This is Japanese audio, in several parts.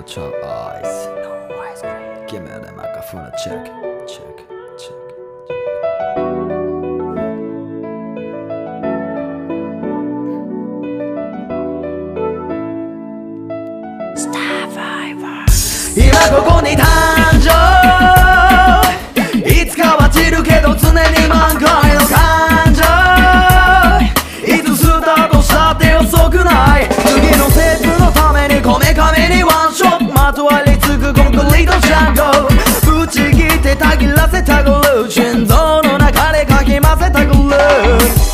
eyes. No ice cream. Give me that microphone, check, check, check.今ここに誕生、いつかは散るけど常に満開の感情、いつスタートしたって遅くない。次のステップのためにこめかみにワンショット、まとわりつくコンクリートジャンゴル、ぶち切ってたぎらせたグルー、心臓の中でかき混ぜたグルー、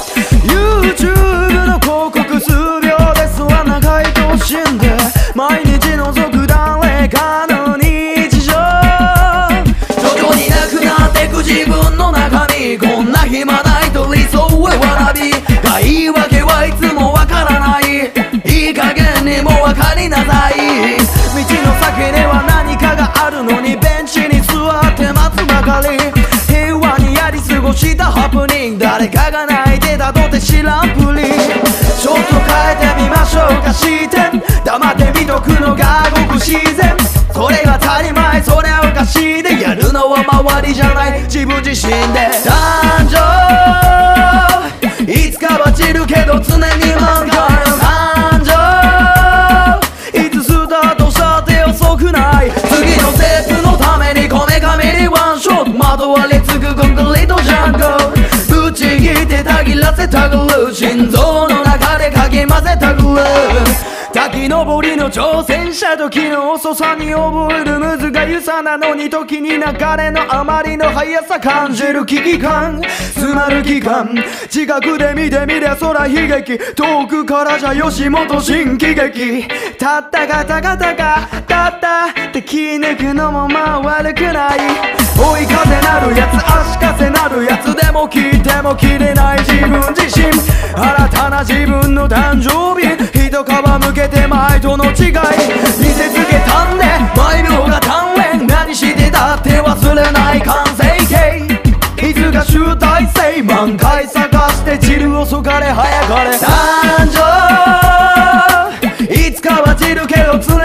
YouTube の広告数秒ですわ、長いと死んで毎日覗く誰かの日常、徐々になくなってく自分の中身、こんな暇ないと理想へわらびが、言い訳はいつもわからない、いい加減にもわかりなさい。道の先には何かがあるのにベンチに座って待つばかり、平和にやり過ごしたハプニング、誰かが泣いてたとて知らんぷり、ちょっと変えてみましょうか視点、黙って見とくのがごく自然、それが当たり前、それはおかしいで、やるのは周りじゃない自分自身で。誕生、いつかは散るけど常に満開の感情、いつスタートしたって遅くない。次のステップのためにこめかみにワンショット、まとわりつくコンクリートジャンゴル、ぶち切ってたぎらせたグルー、心臓の中でかき混ぜたグルー、滝登りの挑戦者、時の遅さに覚えるむずがゆさなのに、時に流れのあまりの速さ感じる危機感、詰まる期間、近くで見てみりゃ空悲劇、遠くからじゃ吉本新喜劇、たったがたがたがたったって気抜くのもまあ悪くない、追い風なるやつ足かせなるやつでも聞いても切れない自分自身、新たな自分の誕生日、一皮むけて前との違い見せつけたんで、毎秒が鍛錬、何してたって忘れない完成形、いつか集大成、満開探して散る遅かれ早かれ。誕生、いつかは散るけど